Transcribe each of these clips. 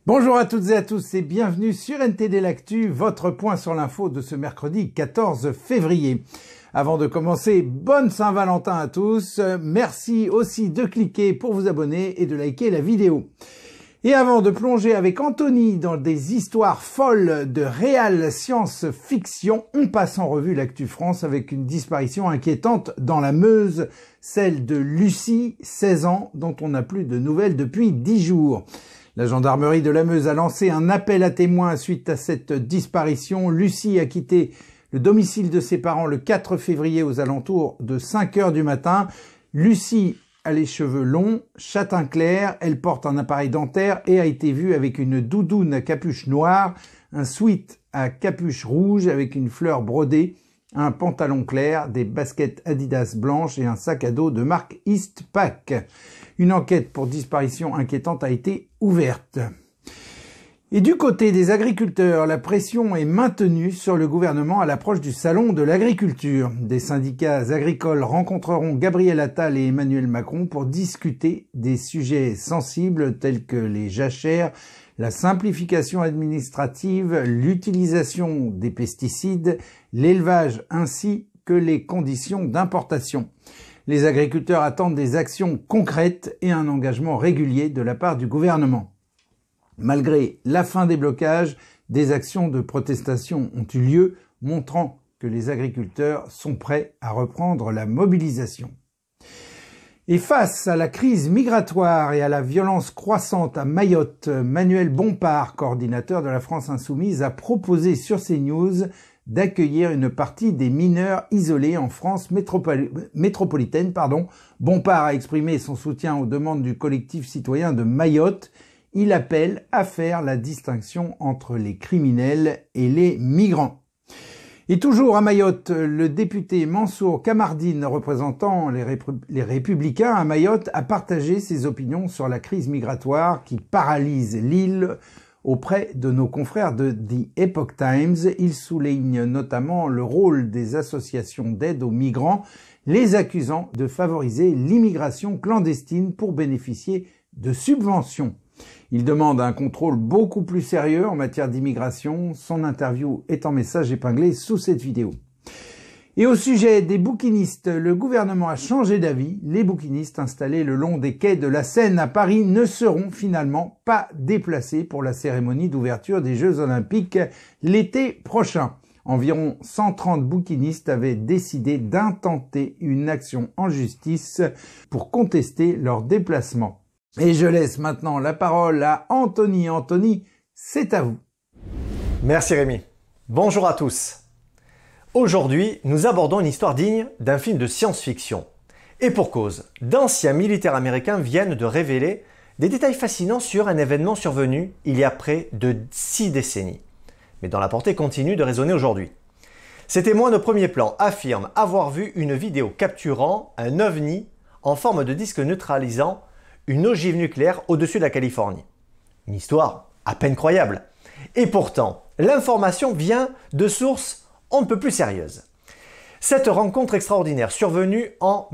Bonjour à toutes et à tous et bienvenue sur NTD L'Actu, votre point sur l'info de ce mercredi 14 février. Avant de commencer, bonne Saint-Valentin à tous. Merci aussi de cliquer pour vous abonner et de liker la vidéo. Et avant de plonger avec Anthony dans des histoires folles de réelle science-fiction, on passe en revue l'Actu France avec une disparition inquiétante dans la Meuse, celle de Lucie, 16 ans, dont on n'a plus de nouvelles depuis 10 jours. La gendarmerie de la Meuse a lancé un appel à témoins suite à cette disparition. Lucie a quitté le domicile de ses parents le 4 février aux alentours de 5 heures du matin. Lucie a les cheveux longs, châtain clair, elle porte un appareil dentaire et a été vue avec une doudoune à capuche noire, un sweat à capuche rouge avec une fleur brodée, un pantalon clair, des baskets Adidas blanches et un sac à dos de marque Eastpak. Une enquête pour disparition inquiétante a été ouverte. Et du côté des agriculteurs, la pression est maintenue sur le gouvernement à l'approche du salon de l'agriculture. Des syndicats agricoles rencontreront Gabriel Attal et Emmanuel Macron pour discuter des sujets sensibles tels que les jachères, la simplification administrative, l'utilisation des pesticides, l'élevage ainsi que les conditions d'importation. Les agriculteurs attendent des actions concrètes et un engagement régulier de la part du gouvernement. Malgré la fin des blocages, des actions de protestation ont eu lieu, montrant que les agriculteurs sont prêts à reprendre la mobilisation. Et face à la crise migratoire et à la violence croissante à Mayotte, Manuel Bompard, coordinateur de la France Insoumise, a proposé sur CNews d'accueillir une partie des mineurs isolés en France métropolitaine. Bompard a exprimé son soutien aux demandes du collectif citoyen de Mayotte. Il appelle à faire la distinction entre les criminels et les migrants. Et toujours à Mayotte, le député Mansour Kamardine, représentant les Républicains à Mayotte, a partagé ses opinions sur la crise migratoire qui paralyse l'île auprès de nos confrères de The Epoch Times. Il souligne notamment le rôle des associations d'aide aux migrants, les accusant de favoriser l'immigration clandestine pour bénéficier de subventions. Il demande un contrôle beaucoup plus sérieux en matière d'immigration. Son interview est en message épinglé sous cette vidéo. Et au sujet des bouquinistes, le gouvernement a changé d'avis. Les bouquinistes installés le long des quais de la Seine à Paris ne seront finalement pas déplacés pour la cérémonie d'ouverture des Jeux Olympiques l'été prochain. Environ 130 bouquinistes avaient décidé d'intenter une action en justice pour contester leur déplacement. Et je laisse maintenant la parole à Anthony. Anthony, c'est à vous. Merci Rémi. Bonjour à tous. Aujourd'hui, nous abordons une histoire digne d'un film de science-fiction. Et pour cause, d'anciens militaires américains viennent de révéler des détails fascinants sur un événement survenu il y a près de 6 décennies, mais dont la portée continue de résonner aujourd'hui. Ces témoins de premier plan affirment avoir vu une vidéo capturant un ovni en forme de disque neutralisant une ogive nucléaire au-dessus de la Californie. Une histoire à peine croyable. Et pourtant, l'information vient de sources on ne peut plus sérieuses. Cette rencontre extraordinaire survenue en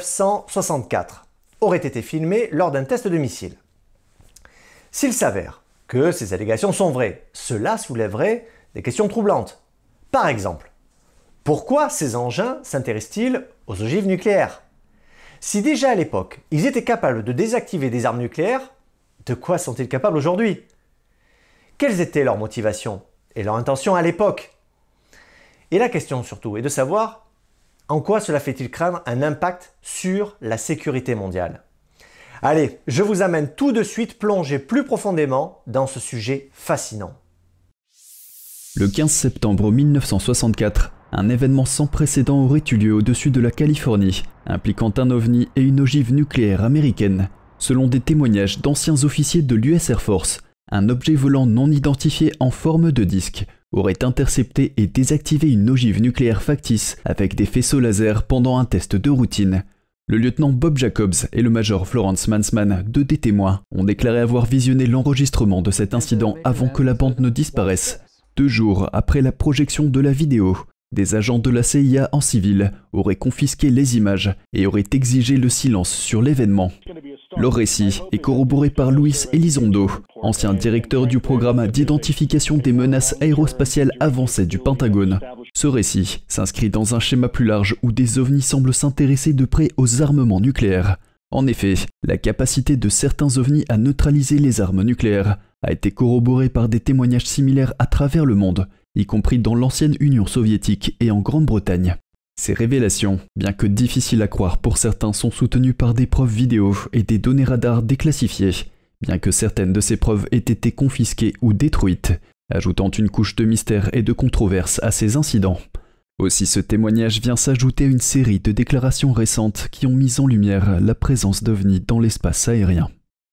1964 aurait été filmée lors d'un test de missile. S'il s'avère que ces allégations sont vraies, cela soulèverait des questions troublantes. Par exemple, pourquoi ces engins s'intéressent-ils aux ogives nucléaires ? Si déjà à l'époque, ils étaient capables de désactiver des armes nucléaires, de quoi sont-ils capables aujourd'hui? Quelles étaient leurs motivations et leurs intentions à l'époque? Et la question surtout est de savoir en quoi cela fait-il craindre un impact sur la sécurité mondiale. Allez, je vous amène tout de suite plonger plus profondément dans ce sujet fascinant. Le 15 septembre 1964, un événement sans précédent aurait eu lieu au-dessus de la Californie, impliquant un ovni et une ogive nucléaire américaine. Selon des témoignages d'anciens officiers de l'US Air Force, un objet volant non identifié en forme de disque aurait intercepté et désactivé une ogive nucléaire factice avec des faisceaux laser pendant un test de routine. Le lieutenant Bob Jacobs et le major Florence Mansman, deux des témoins, ont déclaré avoir visionné l'enregistrement de cet incident avant que la bande ne disparaisse. 2 jours après la projection de la vidéo, des agents de la CIA en civil auraient confisqué les images et auraient exigé le silence sur l'événement. Leur récit est corroboré par Luis Elizondo, ancien directeur du programme d'identification des menaces aérospatiales avancées du Pentagone. Ce récit s'inscrit dans un schéma plus large où des ovnis semblent s'intéresser de près aux armements nucléaires. En effet, la capacité de certains ovnis à neutraliser les armes nucléaires a été corroborée par des témoignages similaires à travers le monde, y compris dans l'ancienne Union soviétique et en Grande-Bretagne. Ces révélations, bien que difficiles à croire pour certains, sont soutenues par des preuves vidéo et des données radars déclassifiées, bien que certaines de ces preuves aient été confisquées ou détruites, ajoutant une couche de mystère et de controverse à ces incidents. Aussi, ce témoignage vient s'ajouter à une série de déclarations récentes qui ont mis en lumière la présence d'ovnis dans l'espace aérien.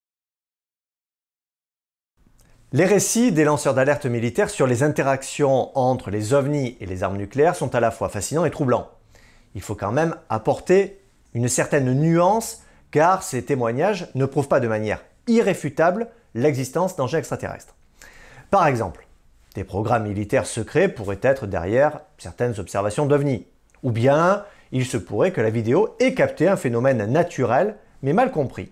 Les récits des lanceurs d'alerte militaires sur les interactions entre les ovnis et les armes nucléaires sont à la fois fascinants et troublants. Il faut quand même apporter une certaine nuance car ces témoignages ne prouvent pas de manière irréfutable l'existence d'engins extraterrestres. Par exemple, des programmes militaires secrets pourraient être derrière certaines observations d'ovnis. Ou bien, il se pourrait que la vidéo ait capté un phénomène naturel mais mal compris.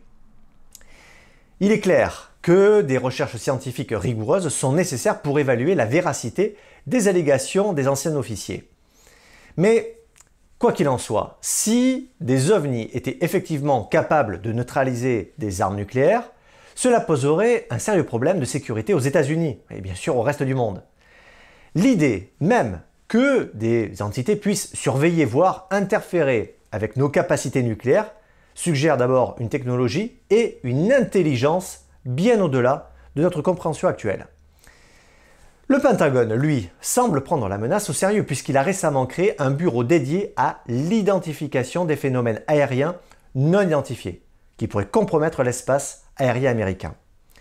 Il est clair que des recherches scientifiques rigoureuses sont nécessaires pour évaluer la véracité des allégations des anciens officiers. Mais, quoi qu'il en soit, si des ovnis étaient effectivement capables de neutraliser des armes nucléaires, cela poserait un sérieux problème de sécurité aux États-Unis et bien sûr au reste du monde. L'idée même que des entités puissent surveiller, voire interférer avec nos capacités nucléaires, suggère d'abord une technologie et une intelligence bien au-delà de notre compréhension actuelle. Le Pentagone, lui, semble prendre la menace au sérieux puisqu'il a récemment créé un bureau dédié à l'identification des phénomènes aériens non identifiés qui pourraient compromettre l'espace aérien américain.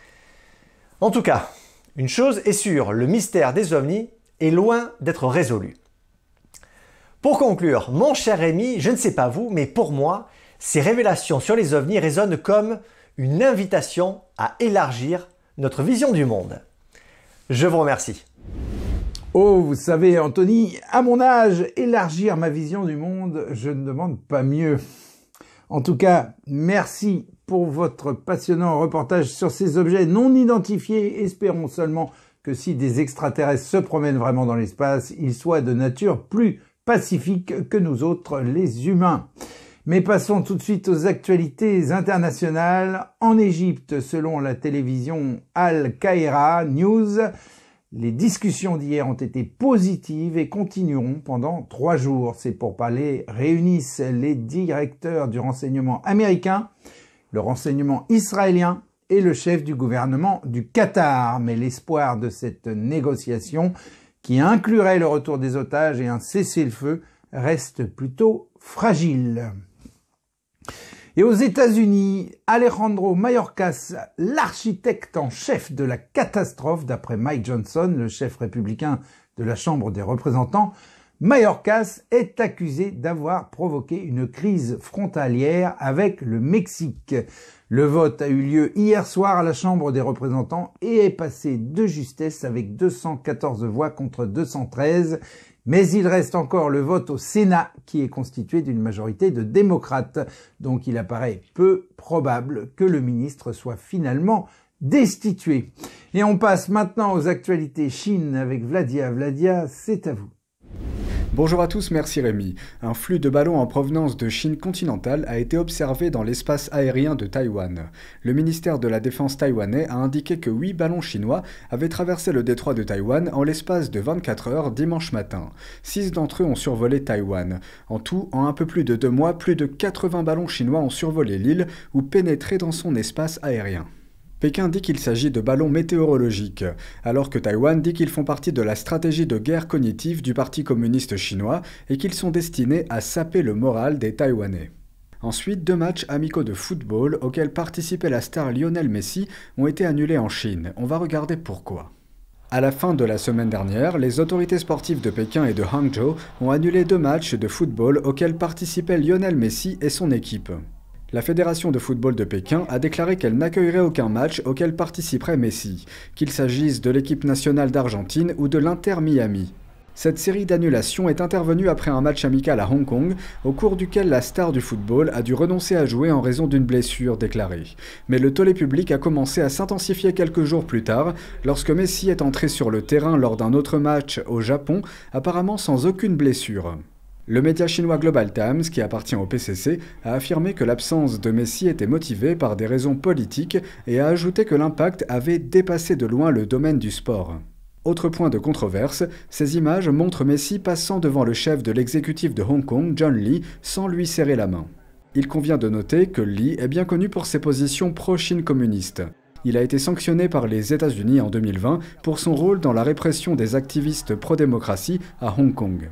En tout cas, une chose est sûre, le mystère des ovnis est loin d'être résolu. Pour conclure, mon cher Rémi, je ne sais pas vous, mais pour moi, ces révélations sur les ovnis résonnent comme une invitation à élargir notre vision du monde. Je vous remercie. Oh, vous savez, Anthony, à mon âge, élargir ma vision du monde, je ne demande pas mieux. En tout cas, merci pour votre passionnant reportage sur ces objets non identifiés. Espérons seulement que si des extraterrestres se promènent vraiment dans l'espace, ils soient de nature plus pacifique que nous autres, les humains. Mais passons tout de suite aux actualités internationales. En Égypte, selon la télévision Al Kahira News, les discussions d'hier ont été positives et continueront pendant 3 jours. Ces pourparlers réunissent les directeurs du renseignement américain, le renseignement israélien et le chef du gouvernement du Qatar. Mais l'espoir de cette négociation, qui inclurait le retour des otages et un cessez-le-feu, reste plutôt fragile. Et aux États-Unis, Alejandro Mayorkas, l'architecte en chef de la catastrophe, d'après Mike Johnson, le chef républicain de la Chambre des représentants, Mayorkas est accusé d'avoir provoqué une crise frontalière avec le Mexique. Le vote a eu lieu hier soir à la Chambre des représentants et est passé de justesse avec 214 voix contre 213. Mais il reste encore le vote au Sénat qui est constitué d'une majorité de démocrates. Donc il apparaît peu probable que le ministre soit finalement destitué. Et on passe maintenant aux actualités Chine avec Vladia. Vladia, c'est à vous. Bonjour à tous, merci Rémi. Un flux de ballons en provenance de Chine continentale a été observé dans l'espace aérien de Taïwan. Le ministère de la Défense taïwanais a indiqué que 8 ballons chinois avaient traversé le détroit de Taïwan en l'espace de 24 heures dimanche matin. 6 d'entre eux ont survolé Taïwan. En tout, en un peu plus de 2 mois, plus de 80 ballons chinois ont survolé l'île ou pénétré dans son espace aérien. Pékin dit qu'il s'agit de ballons météorologiques, alors que Taïwan dit qu'ils font partie de la stratégie de guerre cognitive du Parti communiste chinois et qu'ils sont destinés à saper le moral des Taïwanais. Ensuite, 2 matchs amicaux de football auxquels participait la star Lionel Messi ont été annulés en Chine. On va regarder pourquoi. À la fin de la semaine dernière, les autorités sportives de Pékin et de Hangzhou ont annulé 2 matchs de football auxquels participaient Lionel Messi et son équipe. La Fédération de football de Pékin a déclaré qu'elle n'accueillerait aucun match auquel participerait Messi, qu'il s'agisse de l'équipe nationale d'Argentine ou de l'Inter Miami. Cette série d'annulations est intervenue après un match amical à Hong Kong, au cours duquel la star du football a dû renoncer à jouer en raison d'une blessure déclarée. Mais le tollé public a commencé à s'intensifier quelques jours plus tard, lorsque Messi est entré sur le terrain lors d'un autre match au Japon, apparemment sans aucune blessure. Le média chinois Global Times, qui appartient au PCC, a affirmé que l'absence de Messi était motivée par des raisons politiques et a ajouté que l'impact avait dépassé de loin le domaine du sport. Autre point de controverse, ces images montrent Messi passant devant le chef de l'exécutif de Hong Kong, John Lee, sans lui serrer la main. Il convient de noter que Lee est bien connu pour ses positions pro-Chine communiste. Il a été sanctionné par les États-Unis en 2020 pour son rôle dans la répression des activistes pro-démocratie à Hong Kong.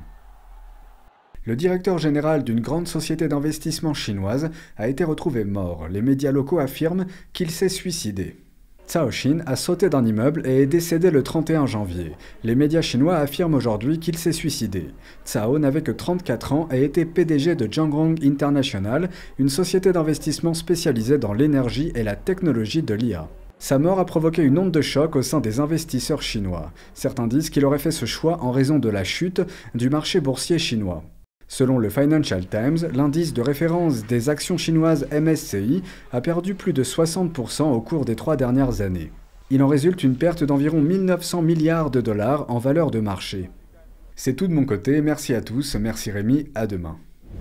Le directeur général d'une grande société d'investissement chinoise a été retrouvé mort. Les médias locaux affirment qu'il s'est suicidé. Cao Xin a sauté d'un immeuble et est décédé le 31 janvier. Les médias chinois affirment aujourd'hui qu'il s'est suicidé. Cao n'avait que 34 ans et était PDG de Jiangrong International, une société d'investissement spécialisée dans l'énergie et la technologie de l'IA. Sa mort a provoqué une onde de choc au sein des investisseurs chinois. Certains disent qu'il aurait fait ce choix en raison de la chute du marché boursier chinois. Selon le Financial Times, l'indice de référence des actions chinoises MSCI a perdu plus de 60% au cours des 3 dernières années. Il en résulte une perte d'environ 1900 milliards de dollars en valeur de marché. C'est tout de mon côté, merci à tous, merci Rémi, à demain.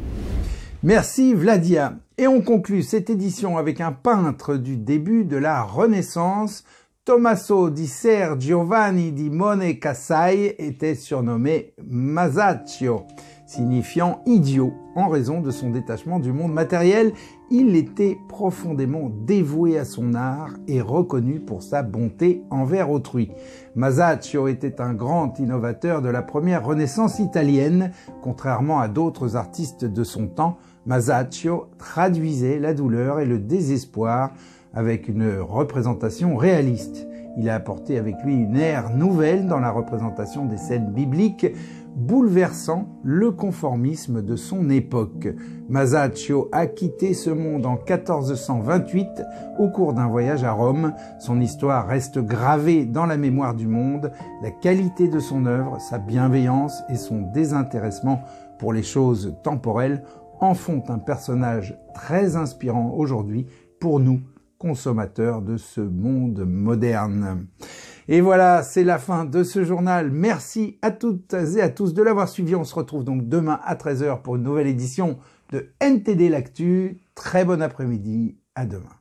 Merci Vladia. Et on conclut cette édition avec un peintre du début de la Renaissance. Tommaso di Ser Giovanni di Monte Casai était surnommé Masaccio, signifiant idiot en raison de son détachement du monde matériel. Il était profondément dévoué à son art et reconnu pour sa bonté envers autrui. Masaccio était un grand innovateur de la première Renaissance italienne. Contrairement à d'autres artistes de son temps, Masaccio traduisait la douleur et le désespoir avec une représentation réaliste. Il a apporté avec lui une ère nouvelle dans la représentation des scènes bibliques, bouleversant le conformisme de son époque. Masaccio a quitté ce monde en 1428 au cours d'un voyage à Rome. Son histoire reste gravée dans la mémoire du monde. La qualité de son œuvre, sa bienveillance et son désintéressement pour les choses temporelles en font un personnage très inspirant aujourd'hui pour nous, consommateurs de ce monde moderne. Et voilà, c'est la fin de ce journal. Merci à toutes et à tous de l'avoir suivi. On se retrouve donc demain à 13 h pour une nouvelle édition de NTD l'Actu. Très bon après-midi, à demain.